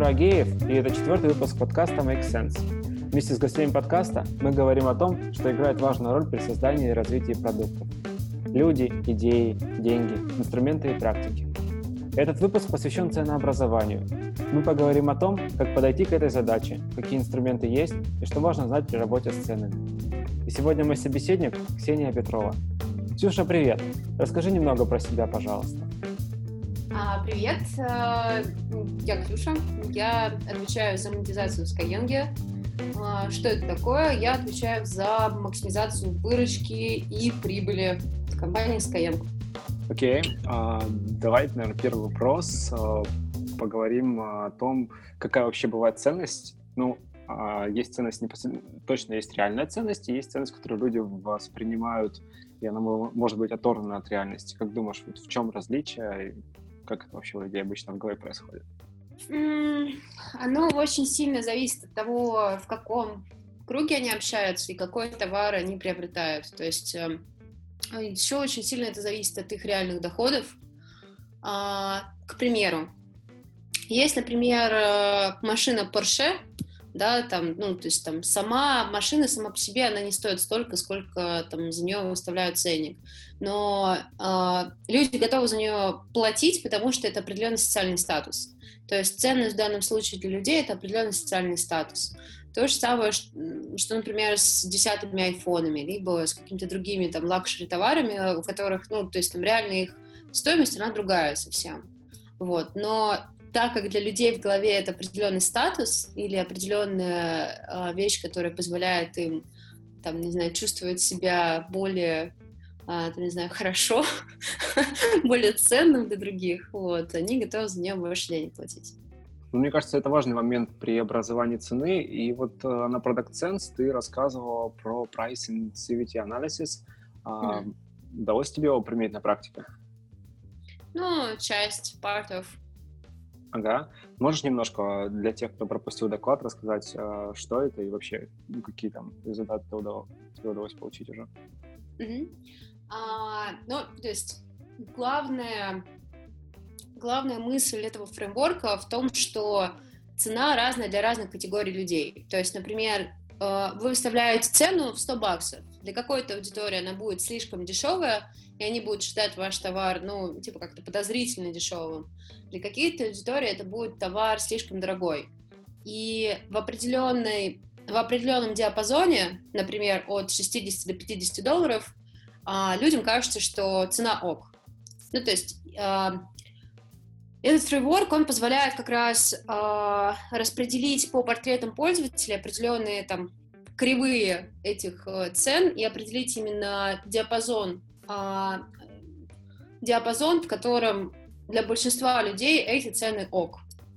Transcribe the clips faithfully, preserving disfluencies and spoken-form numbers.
Юра Агеев, и это четвертый выпуск подкаста Make Sense. Вместе с гостями подкаста мы говорим о том, что играет важную роль при создании и развитии продуктов. Люди, идеи, деньги, инструменты и практики. Этот выпуск посвящен ценообразованию. Мы поговорим о том, как подойти к этой задаче, какие инструменты есть и что важно знать при работе с ценами. И сегодня мой собеседник Ксения Петрова. Ксюша, привет! Расскажи немного про себя, пожалуйста. Привет, я Ксюша, я отвечаю за монетизацию в Skyeng. Что это такое? Я отвечаю за максимизацию выручки и прибыли в компании Skyeng. Окей, okay. uh, давайте, наверное, первый вопрос. Uh, поговорим о том, какая вообще бывает ценность. Ну, uh, есть ценность, непосредственно, точно есть реальная ценность, и есть ценность, которую люди воспринимают, и она может быть оторвана от реальности. Как думаешь, вот в чем различие? Как это вообще у людей обычно в голове происходит? Mm, оно очень сильно зависит от того, в каком круге они общаются и какой товар они приобретают. То есть э, еще очень сильно это зависит от их реальных доходов. А, к примеру, есть, например, машина Porsche, да, там, ну, то есть там сама машина сама по себе, она не стоит столько, сколько там за нее выставляют ценник. Но э, люди готовы за нее платить, потому что это определенный социальный статус. То есть ценность в данном случае для людей — это определенный социальный статус. То же самое, что, что например, с десятыми айфонами, либо с какими-то другими там лакшери-товарами, у которых, ну, то есть там реально их стоимость, она другая совсем. Вот, но так как для людей в голове это определенный статус или определенная э, вещь, которая позволяет им, там, не знаю, чувствовать себя более, э, там, не знаю, хорошо, более ценным для других, вот, они готовы за нее больше денег платить. Ну, мне кажется, это важный момент при образовании цены, и вот э, на Product Sense ты рассказывала про Price Sensitivity Analysis. Э, mm-hmm. Удалось тебе его применить на практике? Ну, часть, part of. Ага. Можешь немножко для тех, кто пропустил доклад, рассказать, что это и вообще, ну, какие там результаты тебе удалось, тебе удалось получить уже? Mm-hmm. А, ну, то есть главная, главная мысль этого фреймворка в том, что цена разная для разных категорий людей. То есть, например, вы выставляете цену в сто баксов. Для какой-то аудитории она будет слишком дешевая, и они будут считать ваш товар, ну, типа, как-то подозрительно дешевым. Для каких-то аудиторий это будет товар слишком дорогой. И в, определенной, в определенном диапазоне, например, от шестидесяти до пятидесяти долларов, людям кажется, что цена ок. Ну, то есть этот фреймворк, он позволяет как раз распределить по портретам пользователей определенные там кривые этих цен и определить именно диапазон, диапазон, в котором для большинства людей эти цены ок.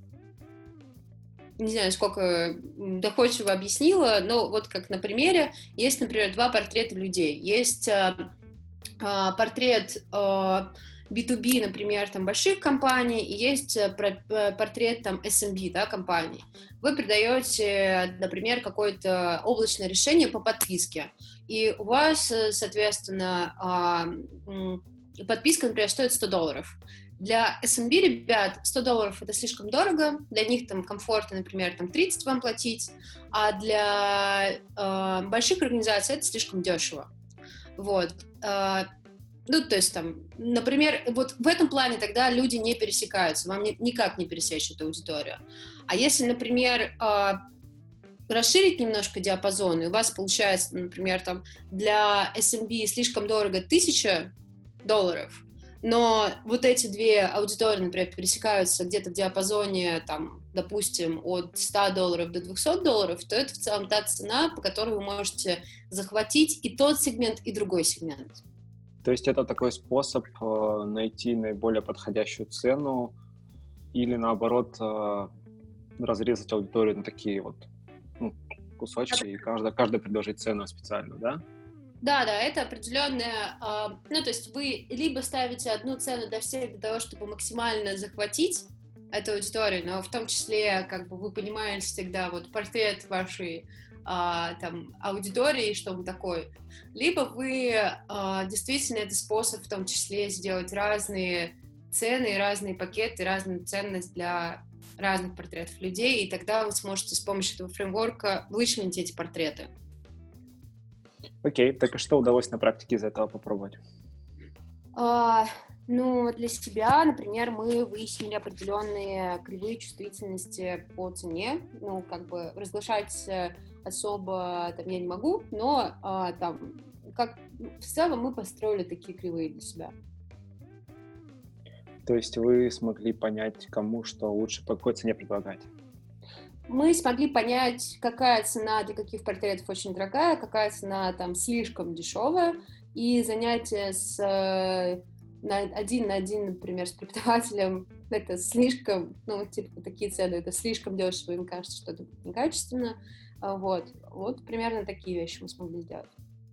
Не знаю, сколько доходчиво объяснила, но вот как на примере, есть, например, два портрета людей. Есть э, э, портрет э, би ту би, например, там, больших компаний, и есть э, портрет там, эс эм би, да, компаний. Вы продаете, например, какое-то облачное решение по подписке, и у вас, соответственно, э, подписка, например, стоит сто долларов. Для эс эм би ребят сто долларов это слишком дорого, для них там комфортно, например, там тридцать вам платить, а для э, больших организаций это слишком дешево. Вот. Э, ну, то есть там, например, вот в этом плане тогда люди не пересекаются, вам не, никак не пересечь эту аудиторию. А если, например, э, расширить немножко диапазон, и у вас получается, например, там для эс эм би слишком дорого тысяча долларов, но вот эти две аудитории, например, пересекаются где-то в диапазоне, там, допустим, от ста долларов до двухсот долларов, то это в целом та цена, по которой вы можете захватить и тот сегмент, и другой сегмент. То есть это такой способ э, найти наиболее подходящую цену или, наоборот, э, разрезать аудиторию на такие вот ну, кусочки, и каждая, каждая предложить цену специальную, да? Да, да, это определенная, э, ну, то есть вы либо ставите одну цену для всех для того, чтобы максимально захватить эту аудиторию, но в том числе, как бы, вы понимаете всегда вот портрет вашей э, там аудитории, что он такой, либо вы э, действительно это способ в том числе сделать разные цены, разные пакеты, разную ценность для разных портретов людей, и тогда вы сможете с помощью этого фреймворка вычленить эти портреты. Окей, так и что удалось на практике из этого попробовать? А, ну, для себя, например, мы выяснили определенные кривые чувствительности по цене. Ну, как бы разглашать особо там я не могу, но а, там, как в целом мы построили такие кривые для себя. То есть вы смогли понять, кому что лучше, по какой цене предлагать? Мы смогли понять, какая цена для каких портретов очень дорогая, какая цена там слишком дешевая, и занятие с на один на один, например, с преподавателем, это слишком, ну, типа, такие цены, это слишком дешево, им кажется, что это некачественно, вот, вот примерно такие вещи мы смогли сделать.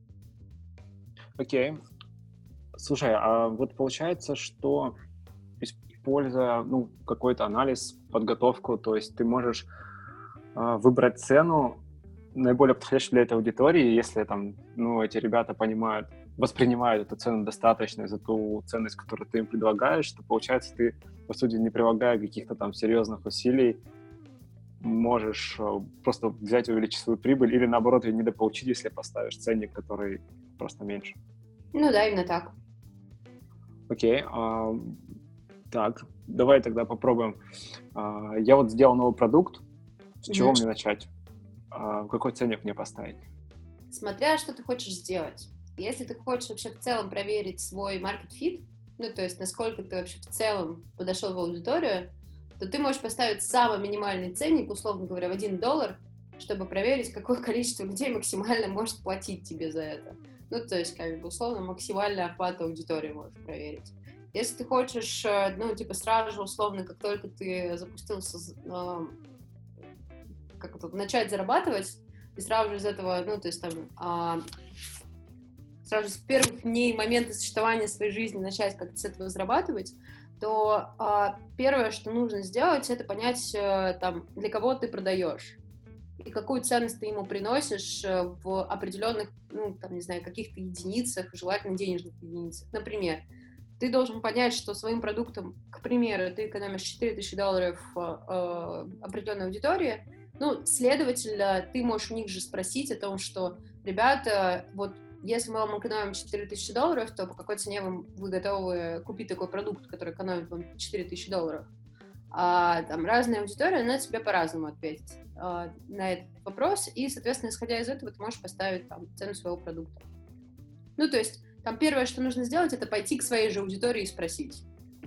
Окей. Слушай, а вот получается, что используя, ну, какой-то анализ, подготовку, то есть ты можешь э, выбрать цену наиболее подходящую для этой аудитории, если там, ну, эти ребята понимают, воспринимают эту цену достаточно за ту ценность, которую ты им предлагаешь, то получается ты, по сути, не прилагая каких-то там серьезных усилий, можешь э, просто взять и увеличить свою прибыль или, наоборот, ее недополучить, если поставишь ценник, который просто меньше. Ну да, именно так. Окей. А, так, давай тогда попробуем. А, я вот сделал новый продукт. С Мгм. чего мне начать? А, какой ценник мне поставить? Смотря, что ты хочешь сделать. Если ты хочешь вообще в целом проверить свой market fit, ну, то есть насколько ты вообще в целом подошел в аудиторию, то ты можешь поставить самый минимальный ценник, условно говоря, в один доллар, чтобы проверить, какое количество людей максимально может платить тебе за это. Ну, то есть, как бы, условно, максимальный охват аудитории можешь проверить. Если ты хочешь, э, ну, типа, сразу же, условно, как только ты запустился, э, как это, начать зарабатывать, и сразу же из этого, ну, то есть, там, а, сразу же с первых дней момента существования своей жизни начать как-то с этого зарабатывать, то а, первое, что нужно сделать, это понять, а, там, для кого ты продаешь и какую ценность ты ему приносишь в определенных, ну, там, не знаю, каких-то единицах, желательно денежных единицах. Например, ты должен понять, что своим продуктом, к примеру, ты экономишь четыре тысячи долларов а, определенной аудитории, ну, следовательно, ты можешь у них же спросить о том, что, ребята, вот если мы вам экономим четыре тысячи долларов, то по какой цене вы, вы готовы купить такой продукт, который экономит вам четыре тысячи долларов? А, там разная аудитория, она тебе по-разному ответит а, на этот вопрос, и, соответственно, исходя из этого, ты можешь поставить там цену своего продукта. Ну, то есть, там первое, что нужно сделать, это пойти к своей же аудитории и спросить.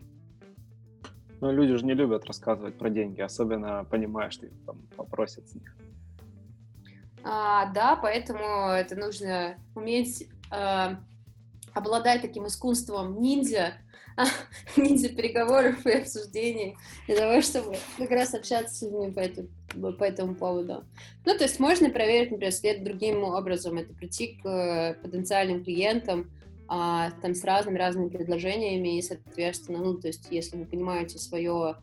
Ну, люди же не любят рассказывать про деньги, особенно понимая, что их там попросят с них. А, да, поэтому это нужно уметь а, обладать таким искусством ниндзя, ниндзя переговоров и обсуждений, для того, чтобы как раз общаться с людьми по этому, по этому поводу. Ну, то есть можно проверить, например, след другим образом, это прийти к потенциальным клиентам а, там с разными-разными предложениями, и, соответственно, ну, то есть если вы понимаете свое...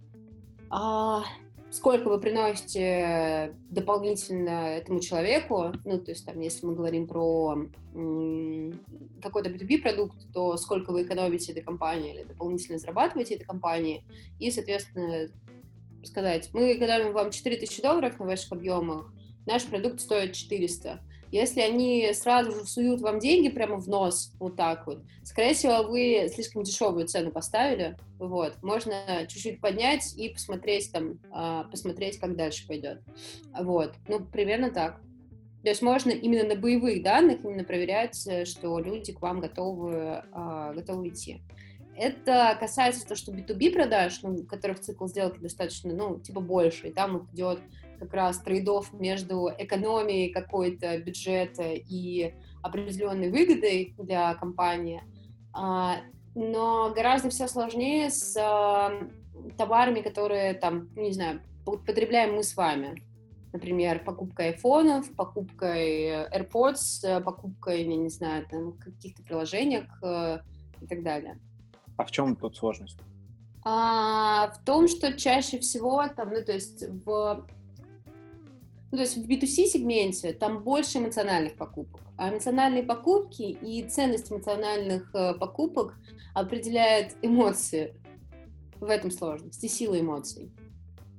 А, сколько вы приносите дополнительно этому человеку, ну, то есть, там, если мы говорим про м, какой-то би ту би продукт, то сколько вы экономите этой компании или дополнительно зарабатываете этой компании, и, соответственно, сказать, мы экономим вам четыре тысячи долларов на ваших объемах, наш продукт стоит четыреста. Если они сразу же суют вам деньги прямо в нос, вот так вот, скорее всего, вы слишком дешевую цену поставили, вот, можно чуть-чуть поднять и посмотреть там, посмотреть, как дальше пойдет, вот, ну, примерно так. То есть можно именно на боевых данных именно проверять, что люди к вам готовы, готовы идти. Это касается того, что би ту би продаж, ну, которых цикл сделки достаточно, ну, типа больше, и там вот идет как раз трейд-офф между экономией какой-то бюджета и определенной выгодой для компании, но гораздо все сложнее с товарами, которые там, не знаю, потребляем мы с вами. Например, покупкой айфонов, покупкой AirPods, покупкой, я не знаю, там, каких-то приложений и так далее. А в чем тут сложность? А, в том, что чаще всего там, ну, то есть в Ну, то есть в би ту си сегменте там больше эмоциональных покупок. А эмоциональные покупки и ценность эмоциональных э, покупок определяет эмоции. В этом сложность и сила эмоций.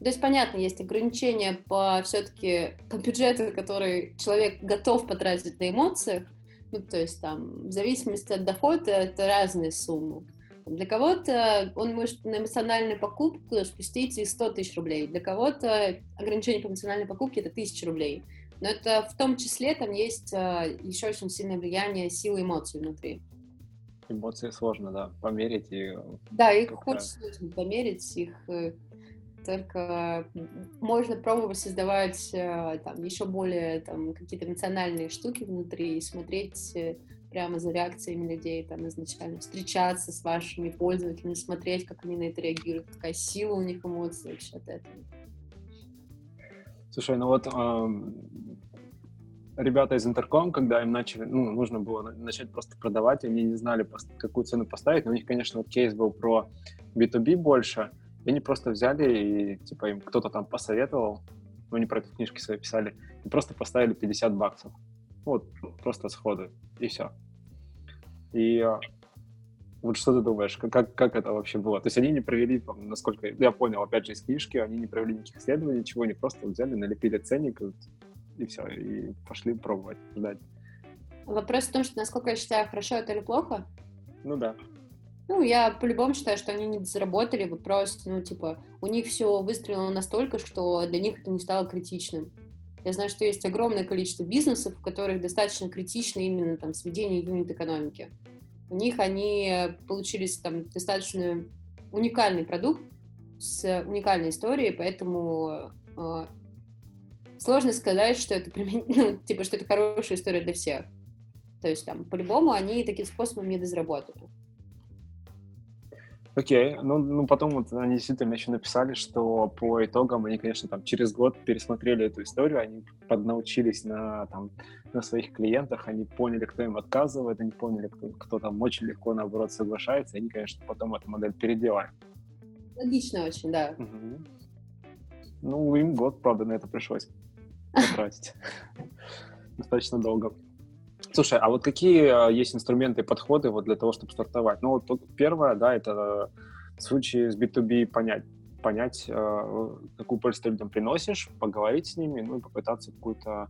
То есть, понятно, есть ограничения по все-таки по бюджету, который человек готов потратить на эмоциях. Ну, то есть, там, в зависимости от дохода, это разные суммы. Для кого-то он может на эмоциональную покупку спустить и сто тысяч рублей. Для кого-то ограничение по эмоциональной покупке — это тысяча рублей. Но это в том числе там есть еще очень сильное влияние силы эмоций внутри. Эмоции сложно, да, померить. И да, их очень сложно померить, их только можно пробовать создавать там, еще более там, какие-то эмоциональные штуки внутри и смотреть прямо за реакциями людей, там, изначально встречаться с вашими пользователями, смотреть, как они на это реагируют, какая сила у них эмоций вообще от этого. Слушай, ну вот эм, ребята из Интерком, когда им начали, ну, нужно было начать просто продавать, они не знали, какую цену поставить, но у них, конечно, вот кейс был про би ту би больше, и они просто взяли и, типа, им кто-то там посоветовал, ну, они про это в книжке свои писали, и просто поставили пятьдесят баксов. Вот, просто сходу, и все. И вот что ты думаешь, как, как это вообще было? То есть они не провели, там, насколько я понял, опять же, из книжки, они не провели никаких исследований, ничего, они просто взяли, налепили ценник, и все, и пошли пробовать, ждать. Вопрос в том, что насколько я считаю, хорошо это или плохо? Ну да. Ну, я по-любому считаю, что они не заработали, вопрос, ну, типа, у них все выстрелило настолько, что для них это не стало критичным. Я знаю, что есть огромное количество бизнесов, в которых достаточно критично именно там сведение юнит-экономики. У них они получили там достаточно уникальный продукт с уникальной историей, поэтому э, сложно сказать, что это, ну, типа, что это хорошая история для всех. То есть там по-любому они таким способом не дозаработали. Окей, okay. ну, ну потом вот они действительно еще написали, что по итогам они, конечно, там через год пересмотрели эту историю, они поднаучились на, там, на своих клиентах, они поняли, кто им отказывает, они поняли, кто, кто там очень легко, наоборот, соглашается, и они, конечно, потом эту модель переделали. Логично очень, да. Угу. Ну, им год, правда, на это пришлось потратить. Достаточно долго. Слушай, а вот какие есть инструменты и подходы вот для того, чтобы стартовать? Ну, вот первое, да, это в случае с би ту би понять, понять, какую пользу ты людям приносишь, поговорить с ними, ну, и попытаться какую-то,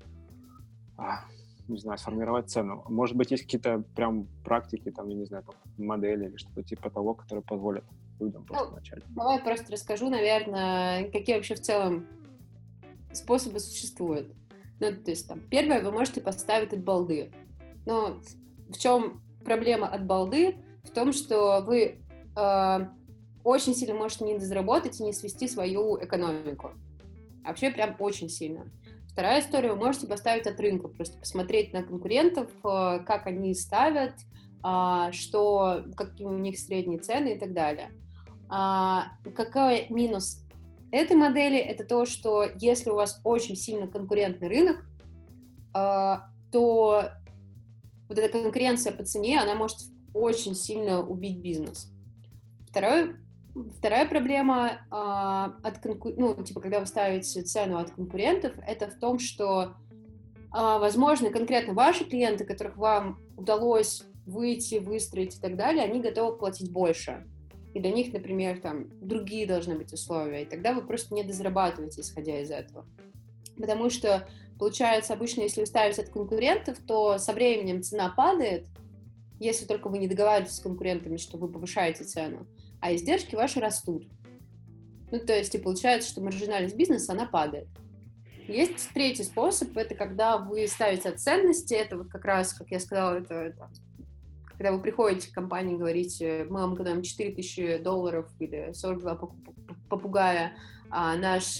не знаю, сформировать цену. Может быть, есть какие-то прям практики, там, я не знаю, там, модели или что-то типа того, которые позволят людям просто ну, начать. Давай просто расскажу, наверное, какие вообще в целом способы существуют. Ну, то есть, там, первое, вы можете поставить от балды. Но в чем проблема от балды? В том, что вы э, очень сильно можете не дозаработать и не свести свою экономику. Вообще прям очень сильно. Вторая история, вы можете поставить от рынка, просто посмотреть на конкурентов, э, как они ставят, э, что, какие у них средние цены и так далее. А, какой минус этой модели? Это то, что если у вас очень сильно конкурентный рынок, э, то вот эта конкуренция по цене, она может очень сильно убить бизнес. Второе, вторая проблема, э, от конку... ну, типа, когда вы ставите цену от конкурентов, это в том, что, э, возможно, конкретно ваши клиенты, которых вам удалось выйти, выстроить и так далее, они готовы платить больше. И для них, например, там, другие должны быть условия. И тогда вы просто не дозарабатываете, исходя из этого. Потому что получается, обычно, если вы ставите от конкурентов, то со временем цена падает, если только вы не договариваетесь с конкурентами, что вы повышаете цену, а издержки ваши растут. Ну, то есть, и получается, что маржинальность бизнеса, она падает. Есть третий способ, это когда вы ставите от ценности, это вот как раз, как я сказала, это, это когда вы приходите к компании и говорите, мы вам даем четыре тысячи долларов или сорок два попугая, а наш...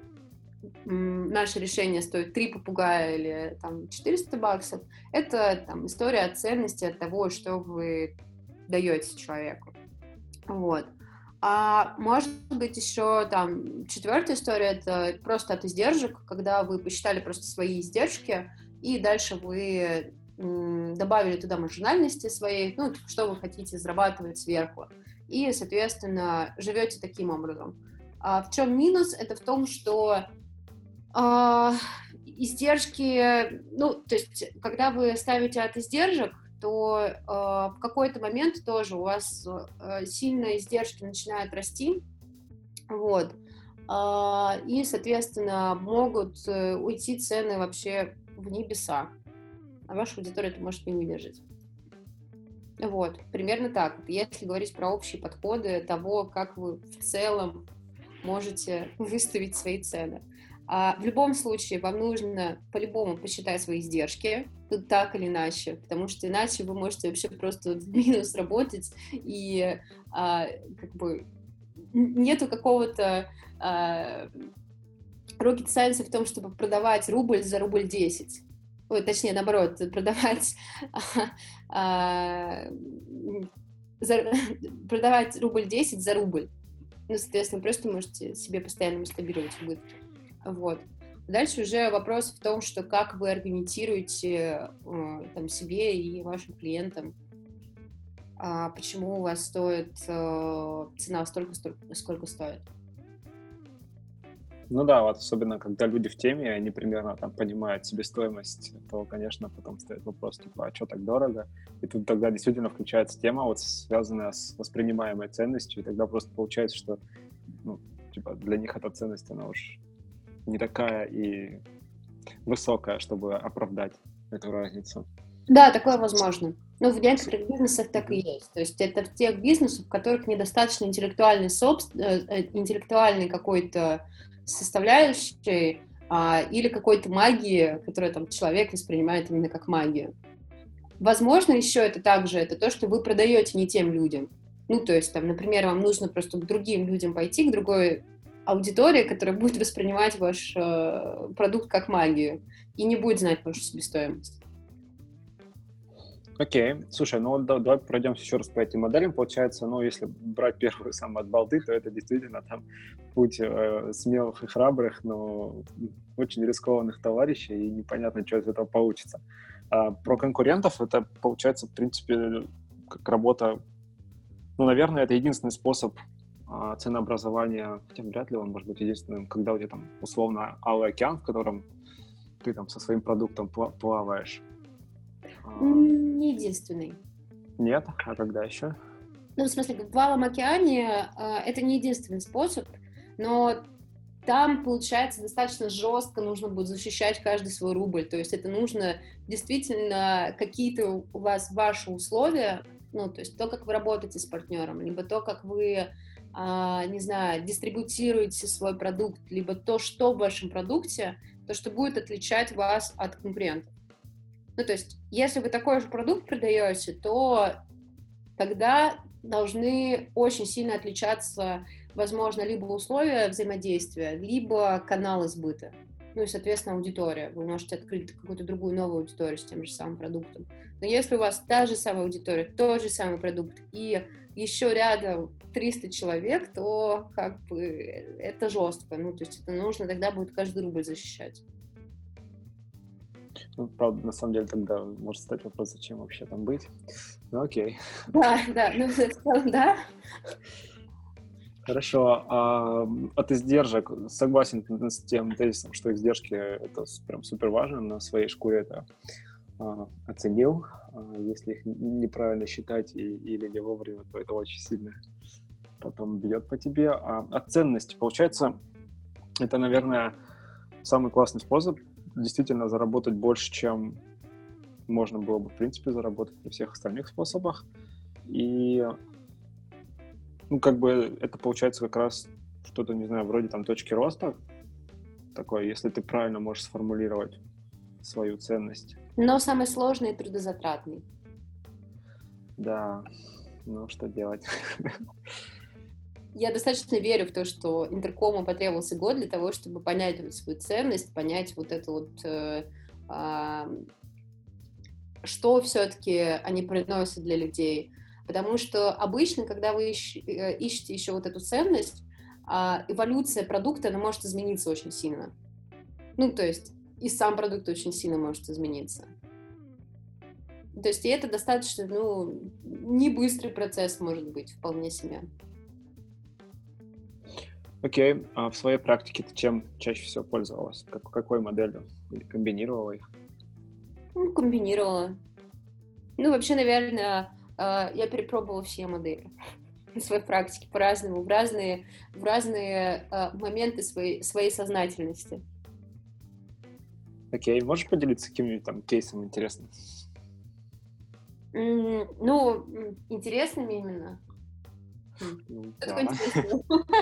наше решение стоит три попугая или там четыреста баксов, это там история от ценности, от того, что вы даете человеку. Вот. А может быть еще там четвертая история, это просто от издержек, когда вы посчитали просто свои издержки, и дальше вы м, добавили туда маржинальности своей, ну, что вы хотите зарабатывать сверху, и, соответственно, живете таким образом. А в чем минус? Это в том, что Uh, издержки, ну, то есть, когда вы ставите от издержек, то uh, в какой-то момент тоже у вас uh, сильно издержки начинают расти, вот, и, соответственно, могут уйти цены вообще в небеса, а ваша аудитория это может не выдержать. Вот, примерно так. Если говорить про общие подходы того, как вы в целом можете выставить свои цены. А в любом случае вам нужно по-любому посчитать свои издержки, тут так или иначе, потому что иначе вы можете вообще просто в минус работать, и а, как бы нету какого-то а, rocket science в том, чтобы продавать рубль за рубль десять. Ой, точнее, наоборот, продавать, а, за, продавать рубль десять за рубль. Ну, соответственно, просто можете себе постоянно масштабировать убытки. Вот. Дальше уже вопрос в том, что как вы аргументируете э, там, себе и вашим клиентам, а почему у вас стоит э, цена столько, столько, сколько стоит. Ну да, вот особенно когда люди в теме, они примерно там понимают себестоимость, то, конечно, потом стоит вопрос, типа, а что так дорого? И тут тогда действительно включается тема, вот связанная с воспринимаемой ценностью, и тогда просто получается, что ну, типа, для них эта ценность, она уж не такая и высокая, чтобы оправдать эту разницу. Да, такое возможно. Но в некоторых бизнесах так и есть. То есть это в тех бизнесах, в которых недостаточно интеллектуальной, собс... интеллектуальной какой-то составляющей а, или какой-то магии, которую там человек воспринимает именно как магию. Возможно, еще это также это то, что вы продаете не тем людям. Ну, то есть, там, например, вам нужно просто к другим людям пойти, к другой аудитории, которая будет воспринимать ваш э, продукт как магию и не будет знать вашу себестоимость. Окей. Okay. Слушай, ну вот да, давай пройдемся еще раз по этим моделям. Получается, ну, если брать первую самую от балды, то это действительно там путь э, смелых и храбрых, но очень рискованных товарищей, и непонятно, что из этого получится. А про конкурентов это, получается, в принципе, как работа... Ну, наверное, это единственный способ а, ценообразования, хотя вряд ли он может быть единственным, когда у тебя там условно алый океан, в котором ты там со своим продуктом плаваешь. Не единственный. Нет? А когда еще? Ну, в смысле, в Алом океане э, это не единственный способ, но там, получается, достаточно жестко нужно будет защищать каждый свой рубль. То есть это нужно действительно какие-то у вас ваши условия, ну, то есть то, как вы работаете с партнером, либо то, как вы, э, не знаю, дистрибутируете свой продукт, либо то, что в вашем продукте, то, что будет отличать вас от конкурентов. Ну, то есть, если вы такой же продукт продаете, то тогда должны очень сильно отличаться, возможно, либо условия взаимодействия, либо каналы сбыта. Ну и, соответственно, аудитория. Вы можете открыть какую-то другую новую аудиторию с тем же самым продуктом. Но если у вас та же самая аудитория, тот же самый продукт и еще рядом триста человек, то как бы это жестко. Ну, то есть это нужно тогда будет каждый рубль защищать. Ну, правда, на самом деле тогда может стать вопрос, зачем вообще там быть. Ну, окей. Да, да, ну, да. Хорошо. А от издержек согласен с тем тезисом, что издержки это прям супер важно, на своей шкуре это а, оценил. А, если их неправильно считать и, или не вовремя, то это очень сильно потом бьет по тебе. А от ценности, получается, это, наверное, самый классный способ действительно заработать больше, чем можно было бы, в принципе, заработать при всех остальных способах. И, ну, как бы это получается как раз что-то, не знаю, вроде там точки роста такое, если ты правильно можешь сформулировать свою ценность. Но самый сложный и трудозатратный. Да, ну, что делать? Я достаточно верю в то, что интеркому потребовался год для того, чтобы понять вот свою ценность, понять вот это вот, э, э, что все-таки они приносят для людей. Потому что обычно, когда вы ищ, э, ищете еще вот эту ценность, э, эволюция продукта, она может измениться очень сильно. Ну, то есть и сам продукт очень сильно может измениться. То есть и это достаточно, ну, не быстрый процесс может быть, вполне себе. Окей, okay. А в своей практике ты чем чаще всего пользовалась? Как, какой моделью? Или комбинировала их? Ну, комбинировала. Ну, вообще, наверное, я перепробовала все модели. в своей практике по-разному, в разные, в разные э, моменты своей, своей сознательности. Окей, можешь поделиться каким-нибудь там кейсом интересным? Mm, ну, интересными именно. Ну, Что да. такое интересное?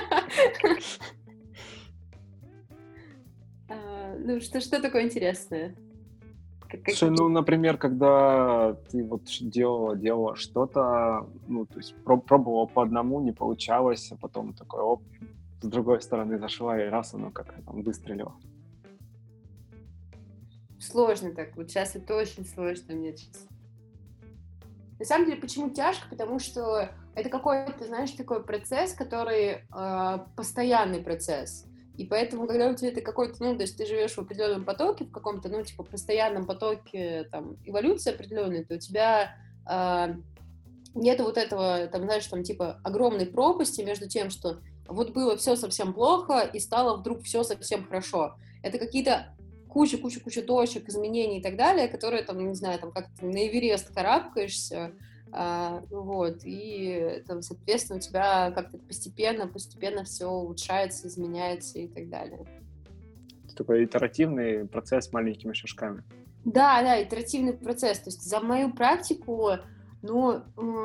Ну, что, что такое интересное? Слушай, ну, например, когда ты вот делала, делала что-то, ну, то есть пробовала по одному, не получалось, а потом такой, оп, с другой стороны зашла, и раз оно как-то там выстрелило. Сложно так, вот сейчас это очень сложно мне сейчас. На самом деле, почему тяжко? Потому что это какой-то, знаешь, такой процесс, который э, постоянный процесс. И поэтому, когда у тебя это какой-то, ну, то есть ты живешь в определенном потоке, в каком-то, ну, типа, постоянном потоке, там, эволюции определенной, то у тебя э, нету вот этого, там, знаешь, там, типа, огромной пропасти между тем, что вот было все совсем плохо, и стало вдруг все совсем хорошо. Это какие-то куча-куча-куча точек, изменений и так далее, которые, там, не знаю, там, как ты на Эверест карабкаешься, а, вот, и, там, соответственно, у тебя как-то постепенно, постепенно все улучшается, изменяется и так далее. Это такой итеративный процесс с маленькими шажками. Да, да, итеративный процесс. То есть за мою практику, ну,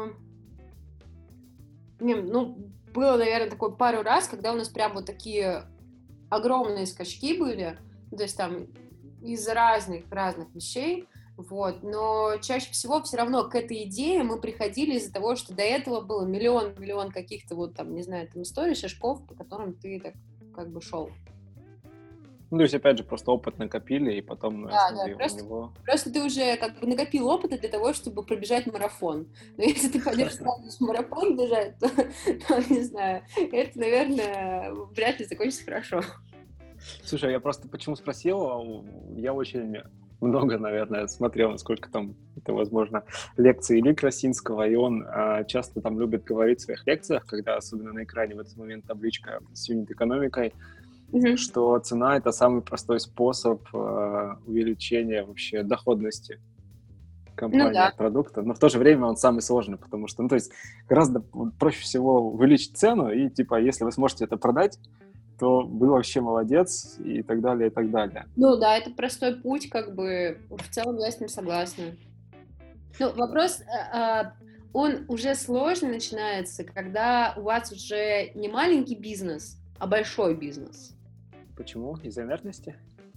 не, ну, было, наверное, такое пару раз, когда у нас прям вот такие огромные скачки были, то есть там из разных разных вещей, вот, но чаще всего все равно к этой идее мы приходили из-за того, что до этого было миллион-миллион каких-то вот там, не знаю, там историй, шажков, по которым ты так как бы шел. Ну, то есть, опять же, просто опыт накопили, и потом на да, основе да, просто, него... просто ты уже как бы накопил опыта для того, чтобы пробежать марафон. Но если ты пойдешь станешь марафон бежать, то, то, не знаю, это, наверное, вряд ли закончится хорошо. Слушай, я просто почему спросил, я очень много, наверное, смотрел, насколько там это, возможно, лекции Ильи Красинского, и он а, часто там любит говорить в своих лекциях, когда особенно на экране в этот момент табличка с юнит-экономикой, mm-hmm. что цена — это самый простой способ а, увеличения вообще доходности компании ну, да. от продукта, но в то же время он самый сложный, потому что, ну, то есть гораздо проще всего увеличить цену, и, типа, если вы сможете это продать, то вы вообще молодец, и так далее, и так далее. Ну да, это простой путь, как бы, в целом я с ним согласна. Ну, вопрос, он уже сложно начинается, когда у вас уже не маленький бизнес, а большой бизнес. Почему? Из-за инертности?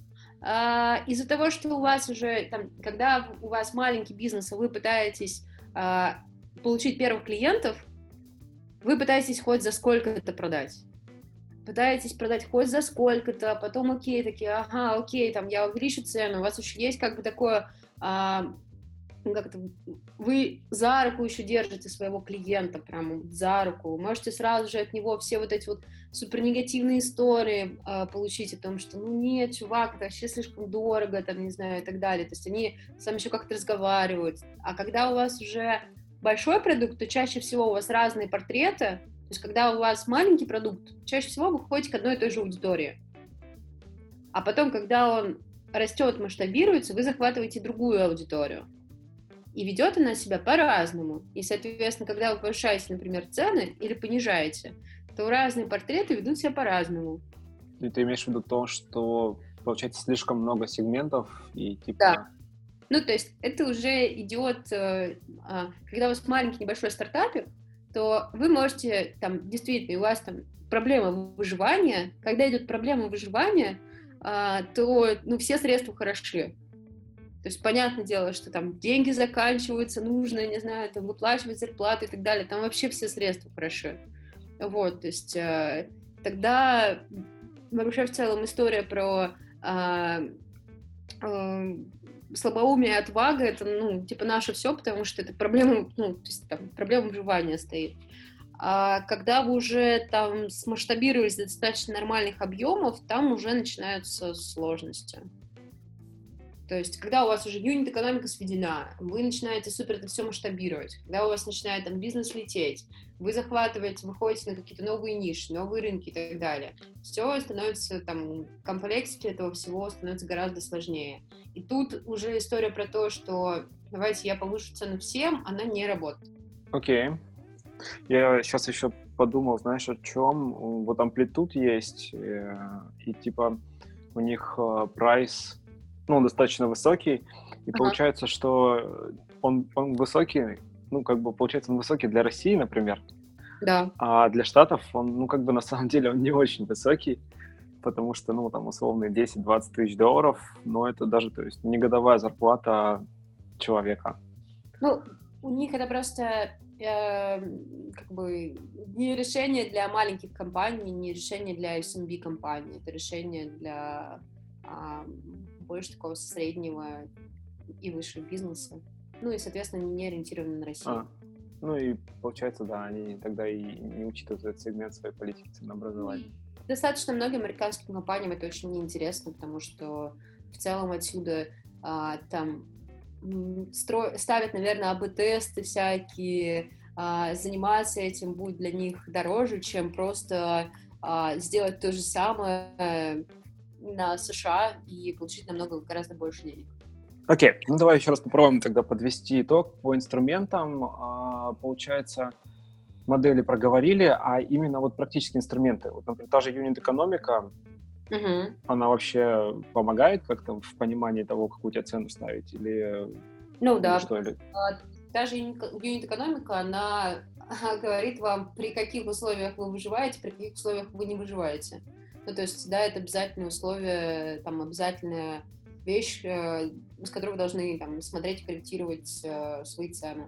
Из-за того, что у вас уже, там, когда у вас маленький бизнес, и вы пытаетесь получить первых клиентов, вы пытаетесь хоть за сколько-то продать. Пытаетесь продать хоть за сколько-то, потом окей, такие, ага, окей, там, я увеличу цену, у вас еще есть как бы такое, а, как-то, вы за руку еще держите своего клиента, прямо за руку, можете сразу же от него все вот эти вот супернегативные истории а, получить о том, что, ну нет, чувак, это вообще слишком дорого, там, не знаю, и так далее, то есть они с вами еще как-то разговаривают, а когда у вас уже большой продукт, то чаще всего у вас разные портреты. То есть, когда у вас маленький продукт, чаще всего вы ходите к одной и той же аудитории. А потом, когда он растет, масштабируется, вы захватываете другую аудиторию. И ведет она себя по-разному. И, соответственно, когда вы повышаете, например, цены или понижаете, то разные портреты ведут себя по-разному. И ты имеешь в виду то, что, получается, слишком много сегментов и типа... Да. Ну, то есть, это уже идет, когда у вас маленький небольшой стартапик, то вы можете, там, действительно, у вас там проблема выживания, когда идет проблема выживания, а, то, ну, все средства хороши. То есть, понятное дело, что там деньги заканчиваются, нужно, не знаю, там, выплачивать зарплаты и так далее, там вообще все средства хороши. Вот, то есть, а, тогда вообще в целом история про а, а, слабоумие и отвага — это, ну, типа, наше все, потому что это проблема, ну, то есть, там, проблема выживания стоит. А когда вы уже там смасштабировались до достаточно нормальных объемов, там уже начинаются сложности. То есть, когда у вас уже юнит-экономика сведена, вы начинаете супер это все масштабировать, когда у вас начинает там бизнес лететь, вы захватываете, выходите на какие-то новые ниши, новые рынки и так далее, все становится там, комплексити этого всего становится гораздо сложнее. И тут уже история про то, что давайте я повышу цену всем, она не работает. Окей. Okay. Я сейчас еще подумал, знаешь, о чем? Вот амплитуд есть, э, и типа у них э, прайс, ну, достаточно высокий, и Ага, получается, что он, он высокий, ну, как бы, получается, он высокий для России, например, да. а для Штатов он, ну, как бы, на самом деле он не очень высокий, потому что, ну, там, условно, десять-двадцать тысяч долларов, но это даже, то есть, не годовая зарплата человека. Ну, у них это просто эм, как бы не решение для маленьких компаний, не решение для эс эм би компаний, это решение для а, больше такого среднего и выше бизнеса. Ну и, соответственно, не ориентированы на Россию. А, ну и получается, да, они тогда и не учитывают этот сегмент своей политики ценообразования. И достаточно многим американским компаниям это очень неинтересно, потому что в целом отсюда а, там м, стро- ставят, наверное, эй би-тесты всякие, а, заниматься этим будет для них дороже, чем просто а, сделать то же самое на США и получить намного гораздо больше денег. Окей, ну давай еще раз попробуем тогда подвести итог по инструментам. А, получается, модели проговорили, а именно вот практические инструменты. Вот, например, та же юнит-экономика, Мгм. она вообще помогает как-то в понимании того, какую тебе цену ставить? Или, Ну или да, что? Или... а, даже юнит-экономика, она говорит вам, при каких условиях вы выживаете, при каких условиях вы не выживаете. Ну, то есть, да, это обязательное условие, там, обязательная вещь, э, с которой вы должны там, смотреть и корректировать э, свои цены.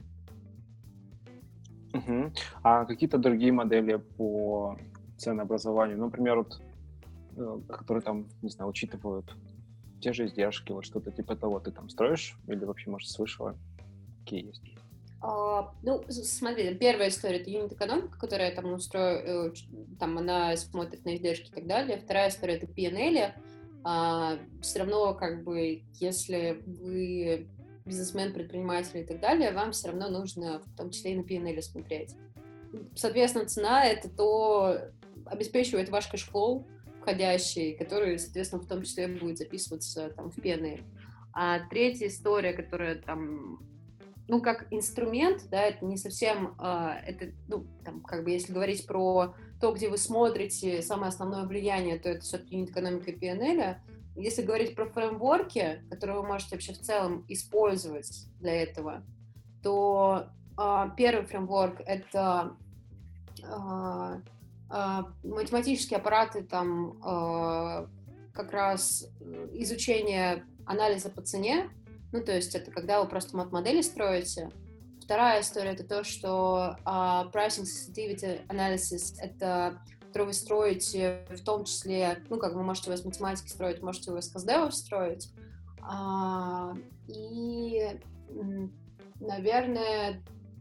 Мгм. А какие-то другие модели по ценообразованию? Ну, например, вот, э, которые там, не знаю, учитывают те же издержки, вот что-то типа того. Ты там строишь или вообще, может, слышала? Какие есть? А, ну, с- смотри, первая история — это юнит-экономика, которая там устрою, э, ч- там она смотрит на издержки и так далее. Вторая история — это пи эн эл. А, все равно, как бы, если вы бизнесмен, предприниматель и так далее, вам все равно нужно в том числе и на пи эн эл смотреть. Соответственно, цена — это то, обеспечивает ваш кэшфлоу входящий, который, соответственно, в том числе будет записываться там в пи эн эл. А третья история, которая там, ну, как инструмент, да, это не совсем, а, это, ну, там, как бы, если говорить про то, где вы смотрите самое основное влияние, то это все-таки юнит-экономика пи эн эл. Если говорить про фреймворки, которые вы можете вообще в целом использовать для этого, то а, первый фреймворк — это а, а, математические аппараты, там а, как раз э, изучение анализа по цене, ну, то есть это когда вы просто мат-модели строите. Вторая история — это то, что а, pricing sensitivity analysis — это который вы строите, в том числе, ну, как вы можете его с математики строить, можете его с КСД строить. А, и, м, наверное,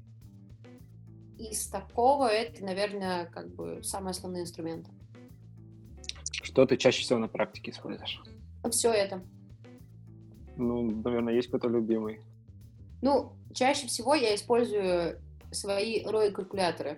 из такого это, наверное, как бы самые основные инструменты. Что ты чаще всего на практике используешь? Все это. Ну, наверное, есть какой-то любимый. Ну, чаще всего я использую свои эр о и-калькуляторы.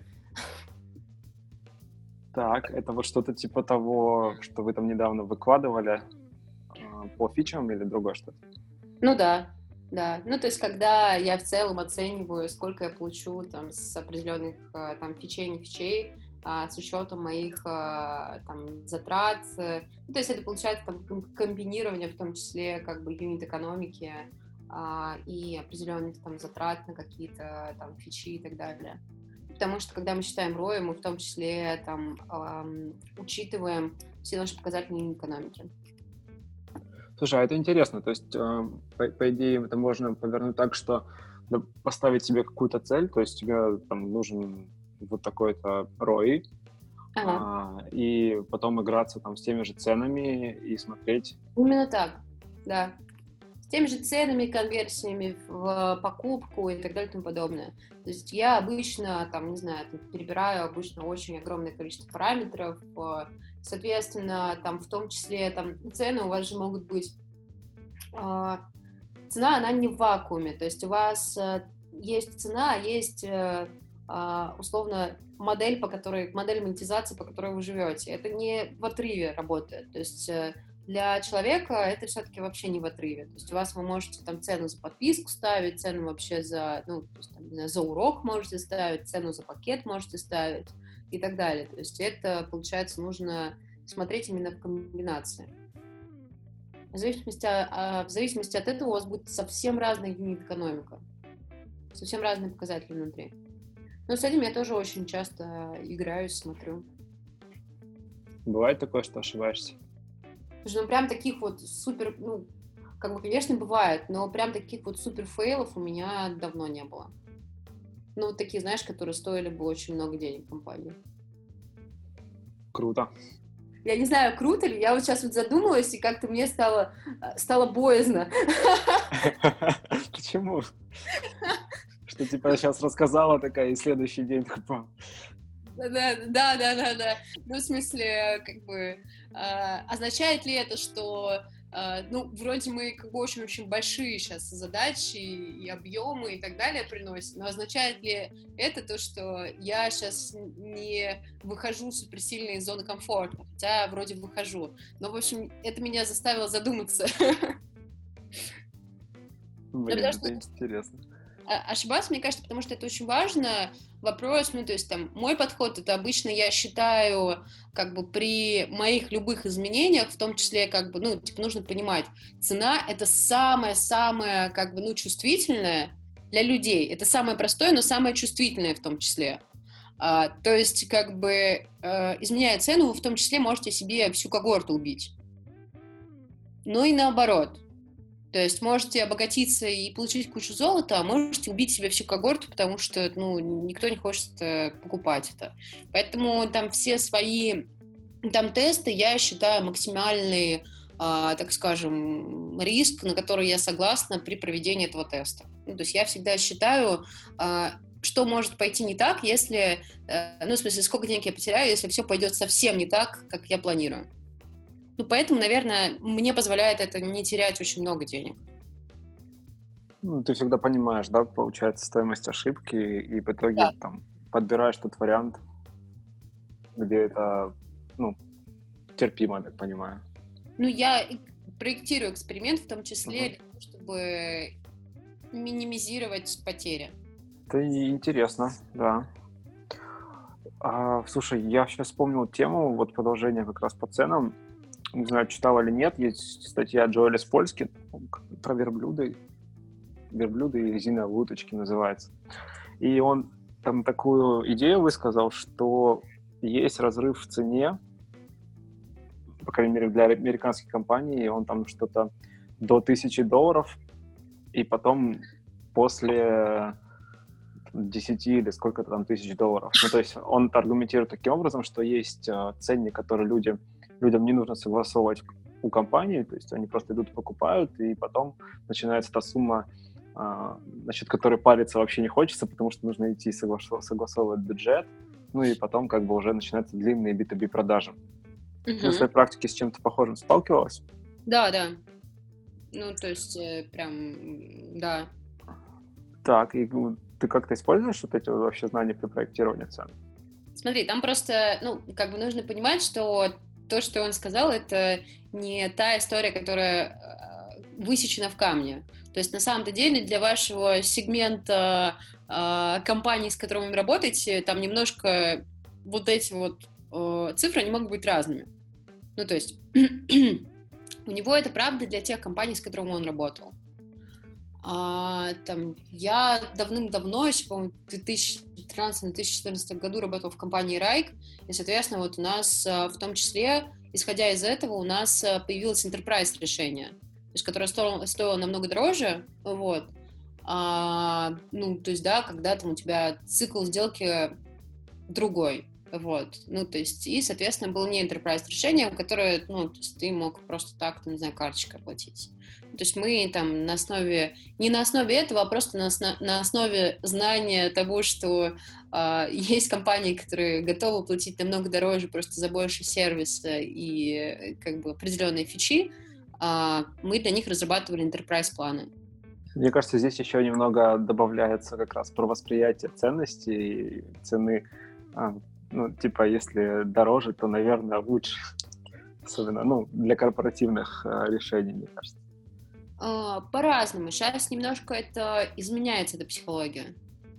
Так, это вот что-то типа того, что вы там недавно выкладывали а, по фичам или другое что-то? Ну да, да. Ну, то есть, когда я в целом оцениваю, сколько я получу там с определенных а, там фичей, не фичей, а, с учетом моих а, там затрат. э, Ну, то есть это получается там ком- комбинирование, в том числе как бы юнит экономики а, и определенных там затрат на какие-то там фичи и так далее. Потому что когда мы считаем эр о и, мы в том числе там ам, учитываем все наши показатели юнит экономики. Слушай, а это интересно. То есть, э, по, по идее, это можно повернуть так, что да, поставить себе какую-то цель, то есть тебе там нужен вот такой-то рой, Ага. а, и потом играться там с теми же ценами и смотреть. Именно так, да. С теми же ценами, конверсиями в покупку и так далее и тому подобное. То есть я обычно, там, не знаю, там, перебираю обычно очень огромное количество параметров, э, соответственно, там, в том числе, там, цены у вас же могут быть, а, цена, она не в вакууме, то есть у вас э, есть цена, а есть, э, а, условно, модель, по которой, модель монетизации, по которой вы живете. Это не в отрыве работает, то есть э, для человека это все-таки вообще не в отрыве. То есть у вас вы можете там цену за подписку ставить, цену вообще за, ну, то есть, там, не знаю, за урок можете ставить, цену за пакет можете ставить и так далее. То есть это, получается, нужно смотреть именно в комбинации. В зависимости, а, в зависимости от этого у вас будет совсем разная юнит-экономика, совсем разные показатели внутри. Но с этим я тоже очень часто играю, смотрю. Бывает такое, что ошибаешься? Слушай, ну прям таких вот супер, ну, как бы, конечно, бывает, но прям таких вот супер фейлов у меня давно не было. Ну, вот такие, знаешь, которые стоили бы очень много денег компании. Круто. Я не знаю, круто ли, я вот сейчас вот задумалась, и как-то мне стало, стало боязно. Почему? Что типа я сейчас рассказала такая, и следующий день такой... Да, да, да, да, да. Ну, в смысле, как бы, э, означает ли это, что, э, ну, вроде мы как бы очень-очень большие сейчас задачи и объемы и так далее приносим, но означает ли это то, что я сейчас не выхожу суперсильно из зоны комфорта, хотя вроде выхожу. Но, в общем, это меня заставило задуматься. Блин, это интересно. Ошибаться, мне кажется, потому что это очень важно. Вопрос, ну, то есть, там, мой подход, это обычно я считаю, как бы, при моих любых изменениях, в том числе, как бы, ну, типа, нужно понимать, цена — это самое-самое, как бы, ну, чувствительное для людей. Это самое простое, но самое чувствительное в том числе. А, то есть, как бы, э, изменяя цену, вы в том числе можете себе всю когорту убить. Ну и наоборот. То есть можете обогатиться и получить кучу золота, а можете убить себе всю когорту, потому что, ну, никто не хочет покупать это. Поэтому там все свои там тесты я считаю максимальный, а, так скажем, риск, на который я согласна при проведении этого теста. Ну, то есть я всегда считаю, а, что может пойти не так, если, ну, в смысле, сколько денег я потеряю, если все пойдет совсем не так, как я планирую. Ну, поэтому, наверное, мне позволяет это не терять очень много денег. Ну, ты всегда понимаешь, да, получается, стоимость ошибки, и в итоге Да. там подбираешь тот вариант, где это, ну, терпимо, так понимаю. Ну, я проектирую эксперимент в том числе uh-huh. для того, чтобы минимизировать потери. Это интересно, да. А, слушай, я сейчас вспомнил тему, вот продолжение как раз по ценам. Не знаю, читал или нет, есть статья Джоэля Спольски про верблюды. Верблюды и резиновые уточки называется. И он там такую идею высказал, что есть разрыв в цене, по крайней мере, для американских компаний, он там что-то до тысячи долларов, и потом после десяти или сколько-то там тысяч долларов. Ну, то есть он аргументирует таким образом, что есть ценник, который люди людям не нужно согласовывать у компании, то есть они просто идут и покупают, и потом начинается та сумма, а, насчет которой париться вообще не хочется, потому что нужно идти соглас- согласовывать бюджет, ну и потом как бы уже начинаются длинные би ту би продажи. Uh-huh. Ты в своей практике с чем-то похожим сталкивалась? Да, да. Ну, то есть э, прям, да. Так, и ты как-то используешь вот эти вообще знания при проектировании цен? Смотри, там просто, ну, как бы нужно понимать, что то, что он сказал, это не та история, которая высечена в камне. То есть на самом-то деле для вашего сегмента э, компаний, с которыми вы работаете, там немножко вот эти вот э, цифры, они могут быть разными. Ну, то есть у него это правда для тех компаний, с которыми он работал. А, там, я давным-давно, еще, по-моему, в две тысячи тринадцатом - две тысячи четырнадцатом году работала в компании Райк, и, соответственно, вот у нас в том числе, исходя из этого, у нас появилось enterprise решение, то есть, которое стоило, стоило намного дороже, вот, а, ну, то есть, да, когда там у тебя цикл сделки другой, вот, ну, то есть, и, соответственно, было не enterprise решение, которое, ну, то есть, ты мог просто так, там, не знаю, карточкой оплатить. То есть мы там на основе, не на основе этого, а просто на, на основе знания того, что э, есть компании, которые готовы платить намного дороже просто за больше сервиса и как бы определенные фичи, э, мы для них разрабатывали enterprise планы. Мне кажется, здесь еще немного добавляется как раз про восприятие ценности и цены. А, ну, типа, если дороже, то, наверное, лучше. Особенно, ну, для корпоративных э, решений, мне кажется. А, по-разному. Сейчас немножко это изменяется, эта психология.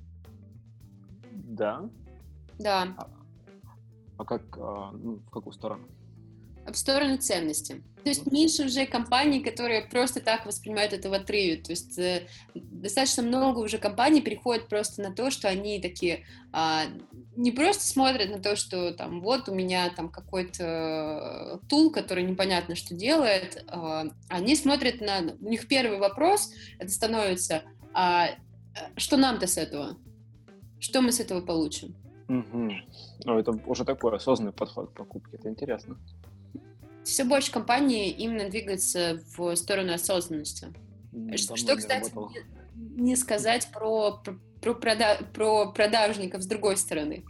Да? Да. А, а как, э, ну, в какую сторону? В сторону ценности. То есть меньше уже компаний, которые просто так воспринимают это в отрыве. То есть э, достаточно много уже компаний переходят просто на то, что они такие а, не просто смотрят на то, что там вот у меня там какой-то тул, который непонятно что делает, а, они смотрят на... У них первый вопрос, это становится, а, что нам-то с этого? Что мы с этого получим? Угу. Ну, это уже такой осознанный подход к покупке, это интересно. Все больше компаний именно двигаются в сторону осознанности. Давно Что, не кстати, работал. не, не сказать про, про, про, прода, про продажников с другой стороны.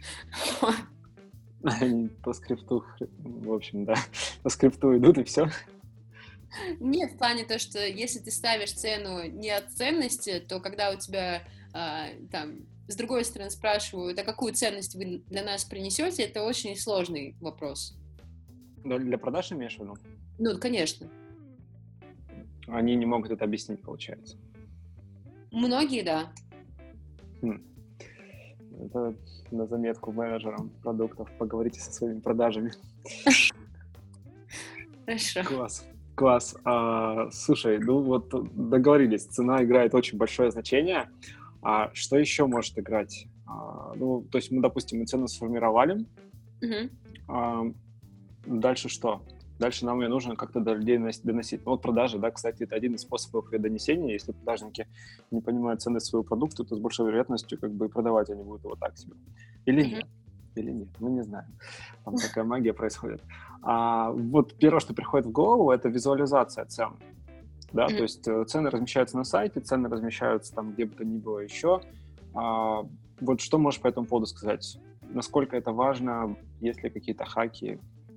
Они по скрипту, в общем, да, по скрипту идут и все. Нет, в плане то, что если ты ставишь цену не от ценности, то когда у тебя а, там с другой стороны спрашивают, а какую ценность вы для нас принесете, это очень сложный вопрос. Для продаж имеешь в виду? Ну, конечно. Они не могут это объяснить, получается. Многие, да. Хм. Это на заметку менеджерам продуктов. Поговорите со своими продажами. Хорошо. Класс. Класс. А, слушай, ну вот договорились, цена играет очень большое значение. А что еще может играть? А, ну, то есть мы, допустим, мы цену сформировали. Угу. А, дальше что? Дальше нам ее нужно как-то до людей доносить. Ну вот продажи, да, кстати, это один из способов ее донесения. Если продажники не понимают цены своего продукта, то с большой вероятностью как бы и продавать они будут его так себе. Или нет. Или нет, мы не знаем. Там такая магия происходит. А вот первое, что приходит в голову, это визуализация цен. Да, mm-hmm. То есть цены размещаются на сайте, цены размещаются там где бы то ни было еще. А, вот что можешь по этому поводу сказать? Насколько это важно, есть ли какие-то хаки?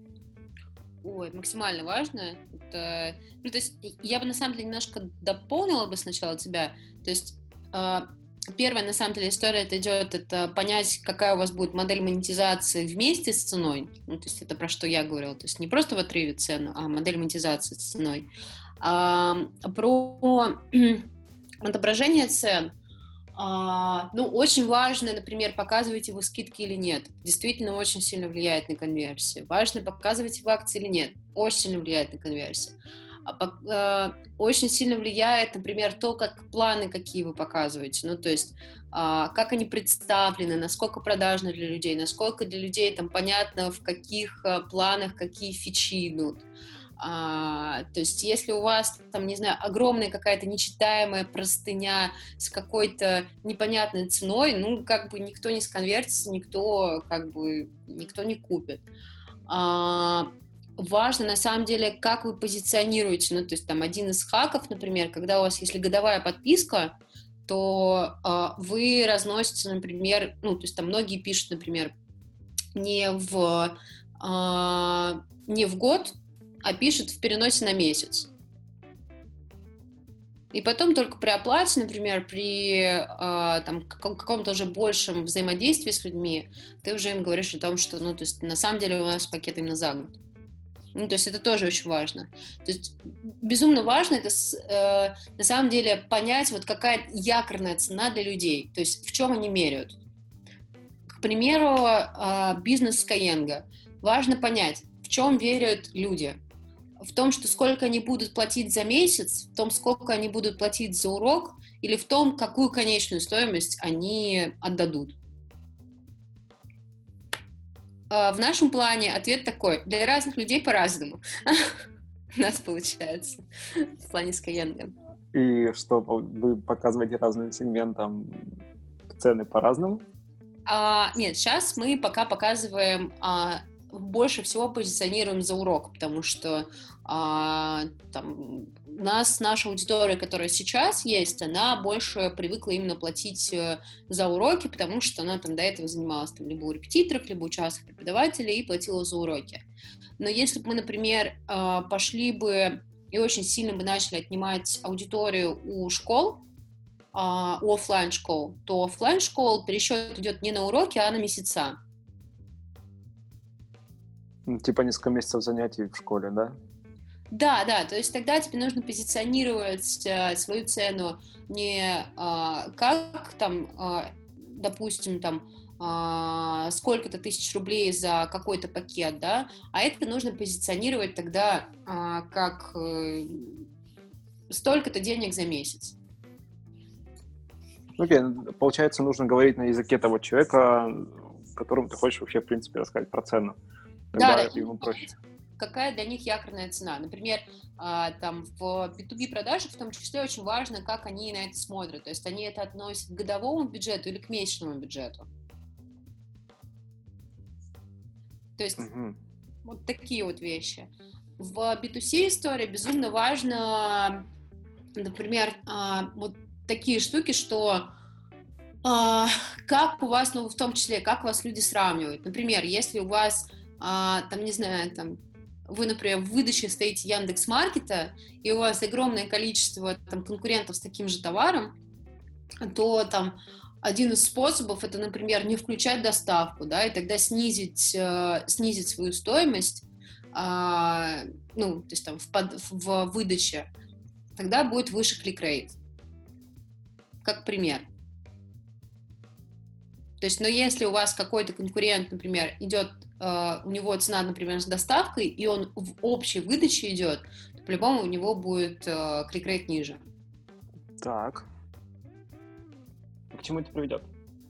Ой, максимально важно. Это, ну, то есть я бы на самом деле немножко дополнила бы сначала тебя. То есть э, первая на самом деле история это идет, это понять, какая у вас будет модель монетизации вместе с ценой. Ну, то есть это про что я говорила. То есть не просто в отрыве цену, а модель монетизации с ценой. А, про отображение цен. А, ну, очень важно, например, показываете вы скидки или нет. Действительно очень сильно влияет на конверсию. Важно, показываете вы акции или нет. Очень сильно влияет на конверсию. А, по, а, очень сильно влияет, например, то, как планы какие вы показываете. Ну, то есть, а, как они представлены, насколько продажно для людей, насколько для людей там понятно, в каких а, планах какие фичи идут. А, то есть, если у вас, там, не знаю, огромная какая-то нечитаемая простыня с какой-то непонятной ценой, ну, как бы никто не сконвертится, никто, как бы, никто не купит. А, важно, на самом деле, как вы позиционируете, ну, то есть, там, один из хаков, например, когда у вас, если годовая подписка, то а, вы разносите, например, ну, то есть, там, многие пишут, например, не в, а, не в год, а пишет в переносе на месяц. И потом только при оплате, например, при э, там, каком-то уже большем взаимодействии с людьми, ты уже им говоришь о том, что, ну, то есть, на самом деле у нас пакет именно за год. Ну, то есть это тоже очень важно. То есть безумно важно это э, на самом деле понять, вот какая якорная цена для людей, то есть в чем они меряют. К примеру, э, бизнес Skyeng. Важно понять, в чем верят люди. В том, что сколько они будут платить за месяц, в том, сколько они будут платить за урок, или в том, какую конечную стоимость они отдадут. В нашем плане ответ такой. Для разных людей по-разному. У нас получается в плане Skyeng. И что, вы показываете разным сегментам цены по-разному? А, нет, сейчас мы пока показываем... А, больше всего позиционируем за урок, потому что а, там, у нас, наша аудитория, которая сейчас есть, она больше привыкла именно платить за уроки, потому что она там до этого занималась там, либо у репетиторов, либо у частных преподавателей и платила за уроки. Но если бы мы, например, пошли бы и очень сильно бы начали отнимать аудиторию у школ, у офлайн школ, то офлайн школ пересчет идет не на уроки, а на месяца. Типа несколько месяцев занятий в школе, да? Да, да, то есть тогда тебе нужно позиционировать э, свою цену не а, как там, а, допустим, там а, сколько-то тысяч рублей за какой-то пакет, да, а это нужно позиционировать тогда а, как э, столько-то денег за месяц. Окей, получается, нужно говорить на языке того человека, которому ты хочешь вообще, в принципе, рассказать про цену. Тогда Да, да, ему проще. какая для них якорная цена. Например, а, там в би ту би продажах в том числе очень важно, как они на это смотрят. То есть они это относят к годовому бюджету или к месячному бюджету. То есть Угу. вот такие вот вещи. В би ту си истории безумно важно, например, а, вот такие штуки, что а, как у вас, ну, в том числе, как вас люди сравнивают. Например, если у вас, а, там, не знаю, там, вы, например, в выдаче стоите Яндекс.Маркета, и у вас огромное количество там, конкурентов с таким же товаром, то там один из способов это, например, не включать доставку, да, и тогда снизить, э, снизить свою стоимость, э, ну, то есть там в, под, в выдаче, тогда будет выше клик-рейт. Как пример. То есть, но если у вас какой-то конкурент, например, идет, э, у него цена, например, с доставкой, и он в общей выдаче идет, то по-любому у него будет э, клик-рейт ниже. Так. А к чему это приведет?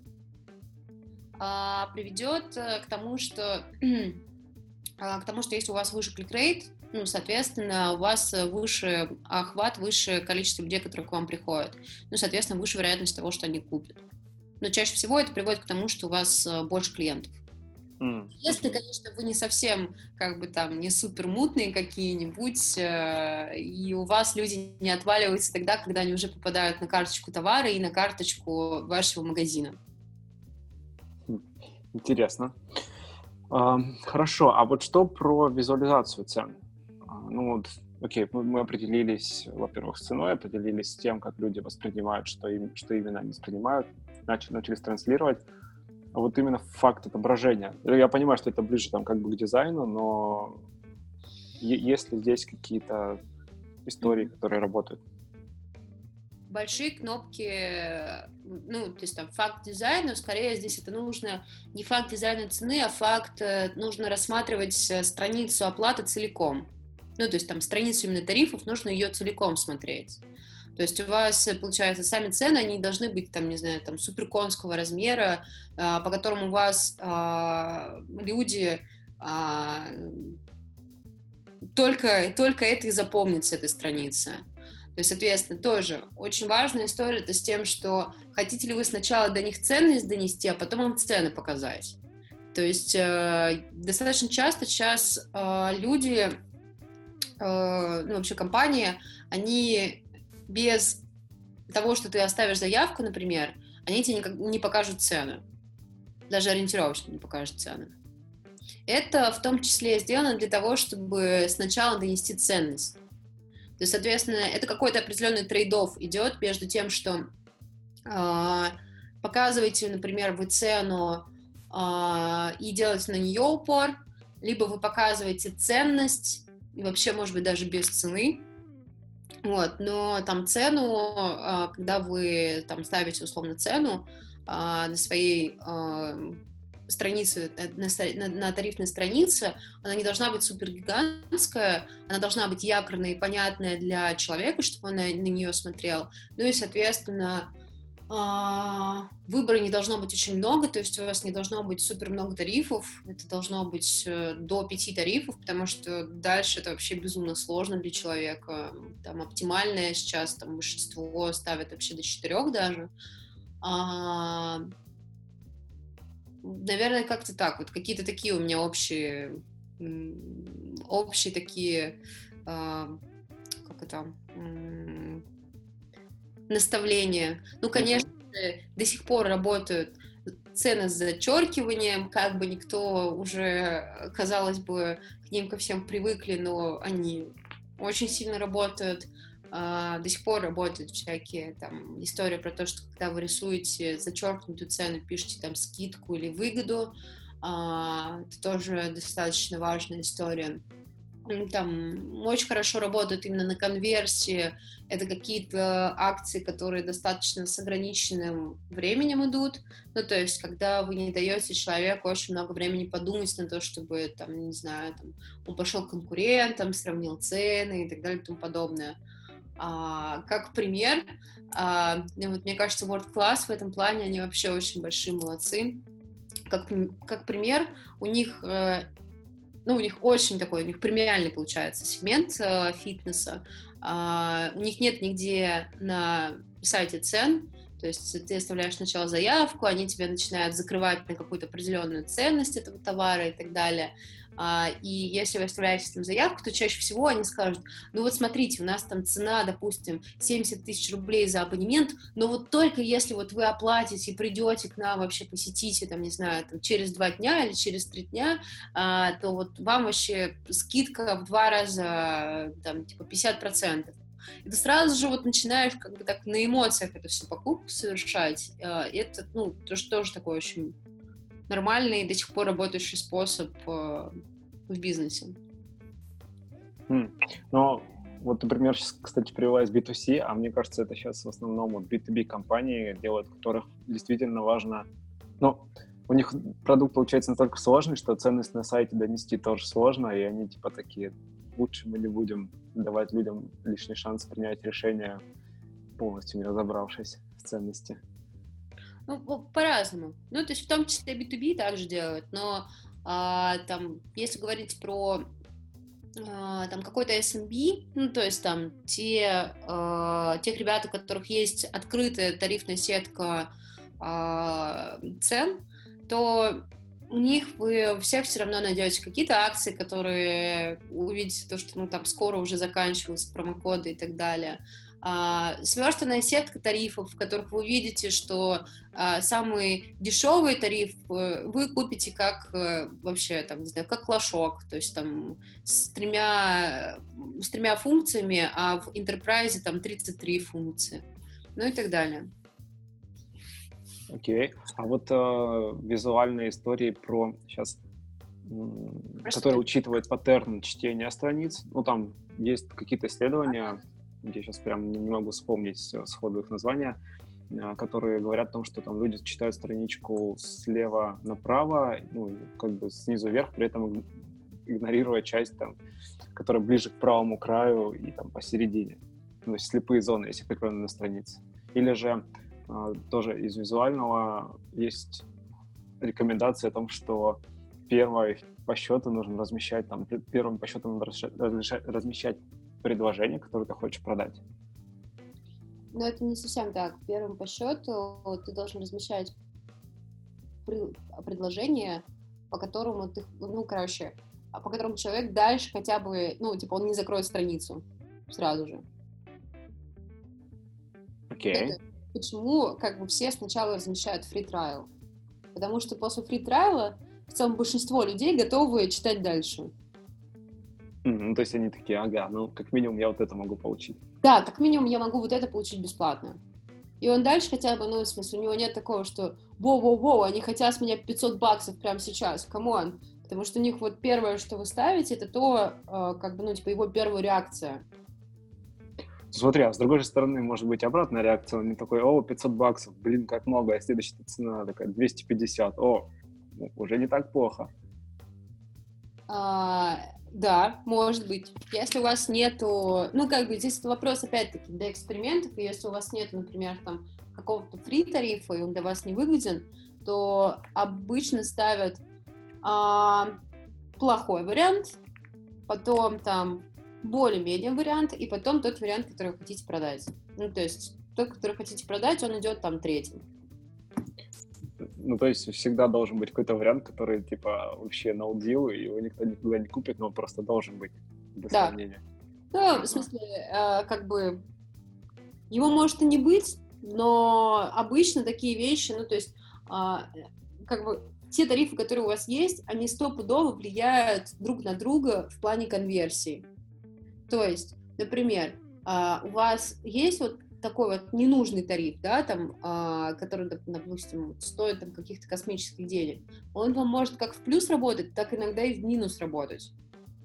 А, приведет к тому, что к тому, что если у вас выше клик-рейт, ну, соответственно, у вас выше охват, выше количество людей, которые к вам приходят. Ну, соответственно, выше вероятность того, что они купят. Но чаще всего это приводит к тому, что у вас больше клиентов. Mm. Если, конечно, вы не совсем, как бы там, не супер мутные какие-нибудь, э, и у вас люди не отваливаются тогда, когда они уже попадают на карточку товара и на карточку вашего магазина. Интересно. А, хорошо, а вот что про визуализацию цен? А, ну вот, окей, мы, мы определились, во-первых, с ценой, определились с тем, как люди воспринимают, что, им, что именно они воспринимают, начали, начали транслировать. А вот именно факт отображения. Я понимаю, что это ближе там как бы к дизайну, но есть ли здесь какие-то истории, которые работают? Большие кнопки, ну, то есть там факт дизайна, скорее здесь это нужно не факт дизайна цены, а факт, нужно рассматривать страницу оплаты целиком. Ну, то есть там страницу именно тарифов, нужно ее целиком смотреть. То есть у вас, получается, сами цены, они должны быть, там, не знаю, там, суперконского размера, по которому у вас а, люди а, только, только это и запомнят с этой страницы. То есть, соответственно, тоже очень важная история это с тем, что хотите ли вы сначала до них ценность донести, а потом им цены показать. То есть э, достаточно часто сейчас э, люди, э, ну, вообще компании, они без того, что ты оставишь заявку, например, они тебе никак не покажут цены. Даже ориентировочно не покажут цены. Это в том числе сделано для того, чтобы сначала донести ценность. То есть, соответственно, это какой-то определенный трейд-офф идет между тем, что э, показываете, например, вы цену э, и делаете на нее упор, либо вы показываете ценность, и вообще, может быть, даже без цены, вот, но там цену, э, когда вы там ставите, условно, цену э, на своей э, странице, на, на, на тарифной странице, она не должна быть супергигантская, она должна быть якорная и понятная для человека, чтобы он на, на нее смотрел. Ну и, соответственно, выбора не должно быть очень много, то есть у вас не должно быть супер много тарифов, это должно быть до пяти тарифов, потому что дальше это вообще безумно сложно для человека. Там оптимальное сейчас там большинство ставят вообще до четырех даже. Наверное, как-то так. Вот какие-то такие у меня общие, общие такие, как это, наставления. Ну, конечно, mm-hmm. до сих пор работают цены с зачеркиванием, как бы никто уже, казалось бы, к ним ко всем привыкли, но они очень сильно работают. До сих пор работают всякие там истории про то, что когда вы рисуете зачеркнутую цену, пишете там скидку или выгоду, это тоже достаточно важная история. Там очень хорошо работают именно на конверсии, это какие-то акции, которые достаточно с ограниченным временем идут, ну, то есть, когда вы не даете человеку очень много времени подумать на то, чтобы, там, не знаю, там, он пошел к конкурентам, сравнил цены и так далее и тому подобное. А, как пример, а, вот, мне кажется, World Class в этом плане, они вообще очень большие молодцы. Как, как пример, у них... Ну, у них очень такой, у них премиальный, получается, сегмент э, фитнеса. А, у них нет нигде на сайте цен, то есть ты оставляешь сначала заявку, они тебе начинают закрывать на какую-то определенную ценность этого товара и так далее. А, и если вы оставляете там заявку, то чаще всего они скажут: ну вот смотрите, у нас там цена, допустим, семьдесят тысяч рублей за абонемент, но вот только если вот вы оплатите и придете к нам, вообще посетите, там, не знаю, там, через два дня или через три дня, а, то вот вам вообще скидка в два раза, там, типа пятьдесят процентов. И ты сразу же вот начинаешь как бы так на эмоциях эту всю покупку совершать. А, это, ну, тоже, тоже такой очень нормальный, до сих пор работающий способ э, в бизнесе. Mm. Но вот, например, сейчас, кстати, привела из би ту си, а мне кажется, это сейчас в основном вот би ту би компании делают, которых действительно важно... Ну, у них продукт получается настолько сложный, что ценность на сайте донести тоже сложно, и они типа такие: лучше мы не будем давать людям лишний шанс принять решение, полностью не разобравшись в ценности. Ну, по-разному. Ну, то есть в том числе би ту би также делают, но а, там, если говорить про а, там какой-то эс эм би, ну, то есть там те, а, тех ребят, у которых есть открытая тарифная сетка а, цен, то у них вы всех все равно найдете какие-то акции, которые увидите, то, что ну, там скоро уже заканчиваются промокоды и так далее. А, сверстанная сетка тарифов, в которых вы увидите, что а, самый дешевый тариф вы купите как вообще, там, не знаю, как флажок, то есть там с тремя, с тремя функциями, а в Enterprise там тридцать три функции, ну и так далее. Окей. Okay. А вот э, визуальные истории про сейчас, м, которые учитывают паттерн чтения страниц, ну там есть какие-то исследования, я сейчас прям не могу вспомнить сходу их названия, которые говорят о том, что там люди читают страничку слева направо, ну, как бы снизу вверх, при этом игнорируя часть, там, которая ближе к правому краю и там посередине. Ну, слепые зоны, если прикреплены на странице. Или же э, тоже из визуального есть рекомендация о том, что первое по счету нужно размещать, там, первым по счету нужно размещать, размещать предложение, которое ты хочешь продать. Но это не совсем так. Первым по счету ты должен размещать предложение, по которому ты, ну, короче, по которому человек дальше хотя бы, ну, типа, он не закроет страницу сразу же. Окей. Okay. Почему, как бы, все сначала размещают free trial? Потому что после free trial в целом большинство людей готовы читать дальше. Mm, ну, то есть они такие: ага, ну, как минимум я вот это могу получить. Да, как минимум я могу вот это получить бесплатно. И он дальше хотя бы, ну, в смысле, у него нет такого, что воу-воу-воу, они хотят с меня пятьсот баксов прямо сейчас, камон. Потому что у них вот первое, что вы ставите, это то, как бы, ну, типа, его первая реакция. Смотри, а с другой же стороны, может быть обратная реакция, он не такой: о, пятьсот баксов, блин, как много, а следующая цена такая двести пятьдесят, о, ну, уже не так плохо. А, да, может быть. Если у вас нету, ну, как бы, здесь это вопрос, опять-таки, для экспериментов, и если у вас нету, например, там, какого-то фри-тарифа, и он для вас не выгоден, то обычно ставят а, плохой вариант, потом там более-менее вариант, и потом тот вариант, который вы хотите продать. Ну, то есть тот, который хотите продать, он идет там третьим. Ну, то есть всегда должен быть какой-то вариант, который, типа, вообще no deal, и его никто никогда не купит, но он просто должен быть для да. сравнения. Ну, в смысле, э, как бы, его может и не быть, но обычно такие вещи, ну, то есть, э, как бы, те тарифы, которые у вас есть, они стопудово влияют друг на друга в плане конверсии. То есть, например, у вас есть вот такой вот ненужный тариф, да, там, а, который, допустим, стоит там каких-то космических денег, он вам может как в плюс работать, так иногда и в минус работать.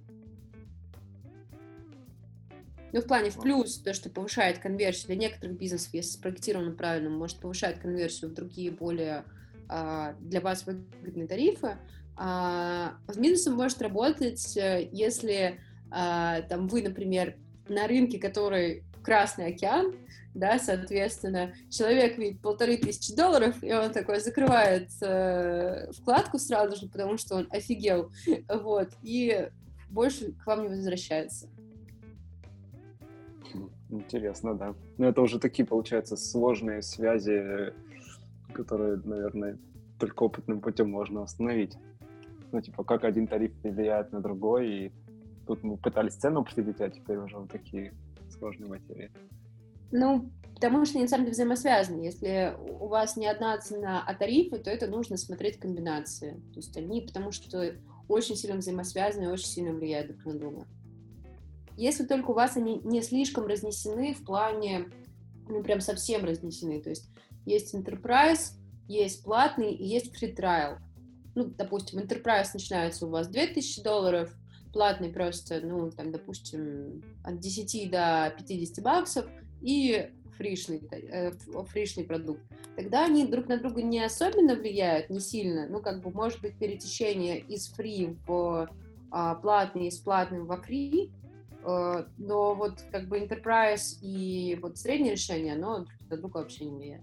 Ну, в плане в плюс, то, что повышает конверсию для некоторых бизнесов, если спроектировано правильно, может повышать конверсию в другие более а, для вас выгодные тарифы. А в минусе может работать, если а, там вы, например, на рынке, который Красный океан, да, соответственно, человек видит полторы тысячи долларов, и он такой закрывает э, вкладку сразу же, потому что он офигел, вот, и больше к вам не возвращается. Интересно, да. Но это уже такие, получается, сложные связи, которые, наверное, только опытным путем можно установить. Ну, типа, как один тариф влияет на другой, и тут мы пытались цену определить, а теперь уже вот такие сложные материи. Ну, потому что они, на самом деле, взаимосвязаны. Если у вас не одна цена, а тарифы, то это нужно смотреть комбинации. То есть они, потому что очень сильно взаимосвязаны и очень сильно влияют друг на друга. Если только у вас они не слишком разнесены в плане, ну, прям совсем разнесены. То есть есть Enterprise, есть платный и есть Free Trial. Ну, допустим, Enterprise начинается у вас две тысячи долларов, платный просто, ну, там, допустим, от десяти до пятидесяти баксов, и фришный, э, фришный продукт. Тогда они друг на друга не особенно влияют, не сильно. Ну, как бы, может быть, перетечение из free в а, платный, из платным во free, э, но вот, как бы, Enterprise и вот среднее решение, оно друг на друга вообще не влияет.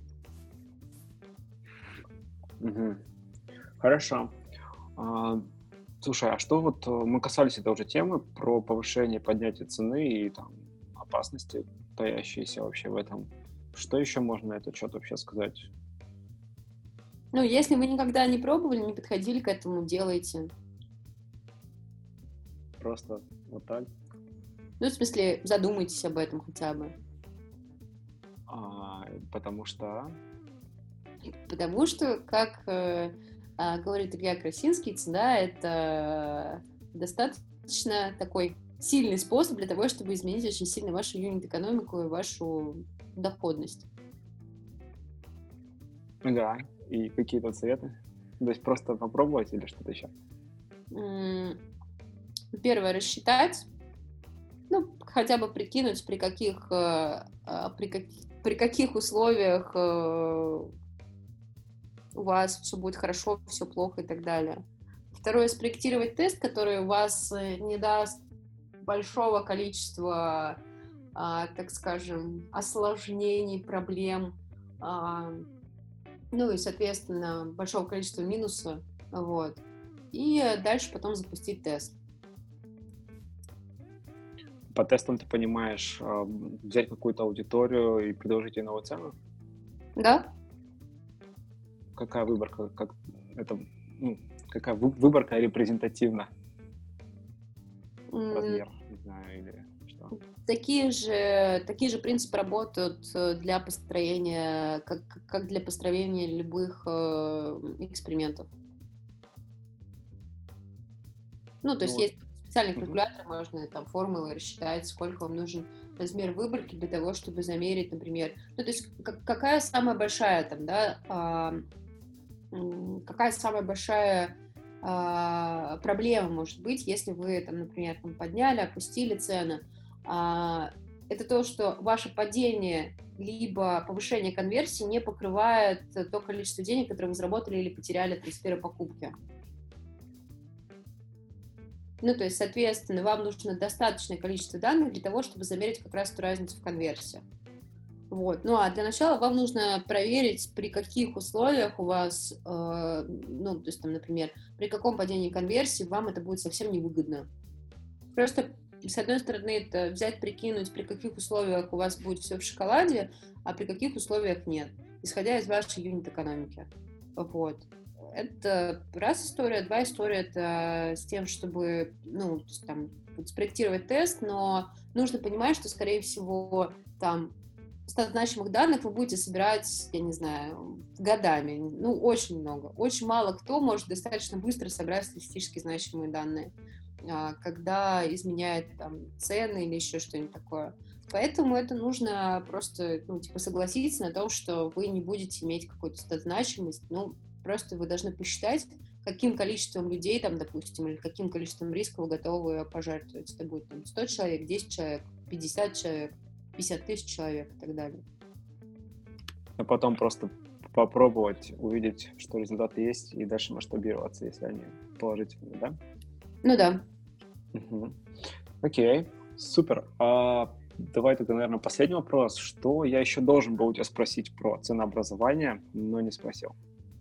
Угу. Хорошо. А, слушай, а что вот мы касались этой уже темы про повышение, поднятие цены и там опасности, таящиеся вообще в этом. Что еще можно на этот счет вообще сказать? Ну, если вы никогда не пробовали, не подходили к этому, делайте. Просто вот так? Ну, в смысле, задумайтесь об этом хотя бы. А, потому что... Потому что, как э, э, говорит Илья Красинский, цена — это достаточно такой сильный способ для того, чтобы изменить очень сильно вашу юнит-экономику и вашу доходность. Да, и какие-то советы? То есть просто попробовать или что-то еще? Первое, рассчитать, ну, хотя бы прикинуть, при каких, при каких, при каких условиях у вас все будет хорошо, все плохо и так далее. Второе, спроектировать тест, который у вас не даст большого количества, а, так скажем, осложнений, проблем, а, ну и, соответственно, большого количества минуса, вот. И дальше потом запустить тест. По тестам ты понимаешь, взять какую-то аудиторию и предложить ей новую цену? Да. Какая выборка, как это, ну, какая выборка репрезентативна? Размер, не знаю, или что? Такие же, такие же принципы работают для построения, как, как для построения любых э, экспериментов. Ну, то есть ну, есть специальный калькулятор, uh-huh. можно там формулы рассчитать, сколько вам нужен размер выборки для того, чтобы замерить, например, ну, то есть как, какая самая большая там, да, а, какая самая большая а, проблема может быть, если вы там, например, там, подняли, опустили цены, а, это то, что ваше падение либо повышение конверсии не покрывает то количество денег, которое вы заработали или потеряли от трансфера покупки. Ну, то есть, соответственно, вам нужно достаточное количество данных для того, чтобы замерить как раз эту разницу в конверсии. Вот. Ну, а для начала вам нужно проверить, при каких условиях у вас, э, ну, то есть, там, например, при каком падении конверсии вам это будет совсем невыгодно. Просто, с одной стороны, это взять, прикинуть, при каких условиях у вас будет все в шоколаде, а при каких условиях нет, исходя из вашей юнит-экономики. Вот. Это раз история, два история, это с тем, чтобы, ну, там, спроектировать тест, но нужно понимать, что, скорее всего, там, значимых данных вы будете собирать, я не знаю, годами, ну, очень много. Очень мало кто может достаточно быстро собрать статистически значимые данные, когда изменяет там цены или еще что-нибудь такое. Поэтому это нужно просто, ну, типа, согласиться на том, что вы не будете иметь какую-то значимость, ну, просто вы должны посчитать, каким количеством людей, там, допустим, или каким количеством рисков вы готовы пожертвовать. Это будет там, сто человек, десять человек, пятьдесят человек, пятьдесят тысяч человек и так далее. А потом просто попробовать, увидеть, что результаты есть, и дальше масштабироваться, если они положительные, да? Ну да. Угу. Окей, супер. А давай тогда, наверное, последний вопрос. Что я еще должен был у тебя спросить про ценообразование, но не спросил?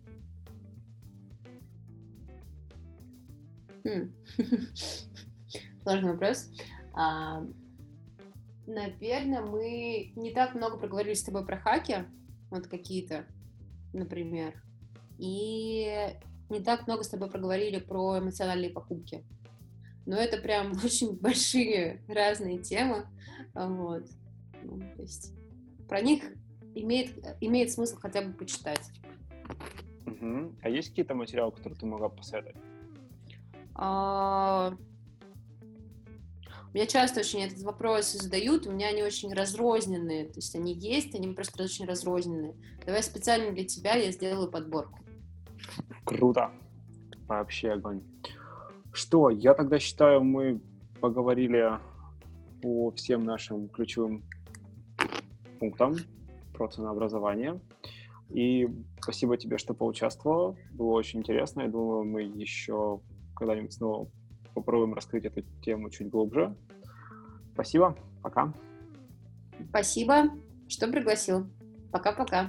Сложный вопрос. А, наверное, мы не так много проговорили с тобой про хаки, вот какие-то, например, и не так много с тобой проговорили про эмоциональные покупки. Но это прям очень большие разные темы, вот. Ну, то есть про них имеет, имеет смысл хотя бы почитать. Угу. А есть какие-то материалы, которые ты могла посоветовать? А... Меня часто очень этот вопрос задают, у меня они очень разрозненные, то есть они есть, они просто очень разрозненные. Давай специально для тебя я сделаю подборку. Круто. Вообще огонь. Что, я тогда считаю, мы поговорили по всем нашим ключевым пунктам про ценообразование. И спасибо тебе, что поучаствовала. Было очень интересно. Я думаю, мы еще когда-нибудь снова попробуем раскрыть эту тему чуть глубже. Спасибо. Пока. Спасибо, что пригласил. Пока-пока.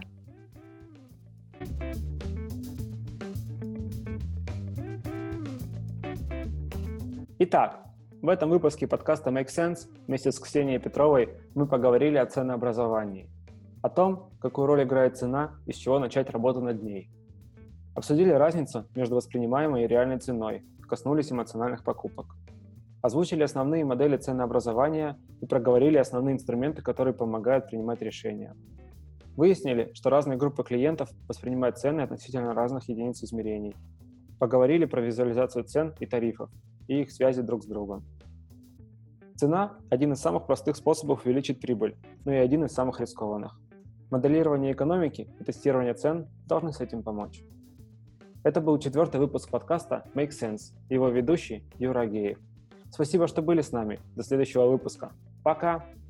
Итак, в этом выпуске подкаста Make Sense вместе с Ксенией Петровой мы поговорили о ценообразовании, о том, какую роль играет цена и с чего начать работу над ней. Обсудили разницу между воспринимаемой и реальной ценой, коснулись эмоциональных покупок. Озвучили основные модели ценообразования и проговорили основные инструменты, которые помогают принимать решения. Выяснили, что разные группы клиентов воспринимают цены относительно разных единиц измерений. Поговорили про визуализацию цен и тарифов и их связи друг с другом. Цена – один из самых простых способов увеличить прибыль, но и один из самых рискованных. Моделирование экономики и тестирование цен должны с этим помочь. Это был четвертый выпуск подкаста Make Sense, его ведущий Юра Агеев. Спасибо, что были с нами. До следующего выпуска. Пока!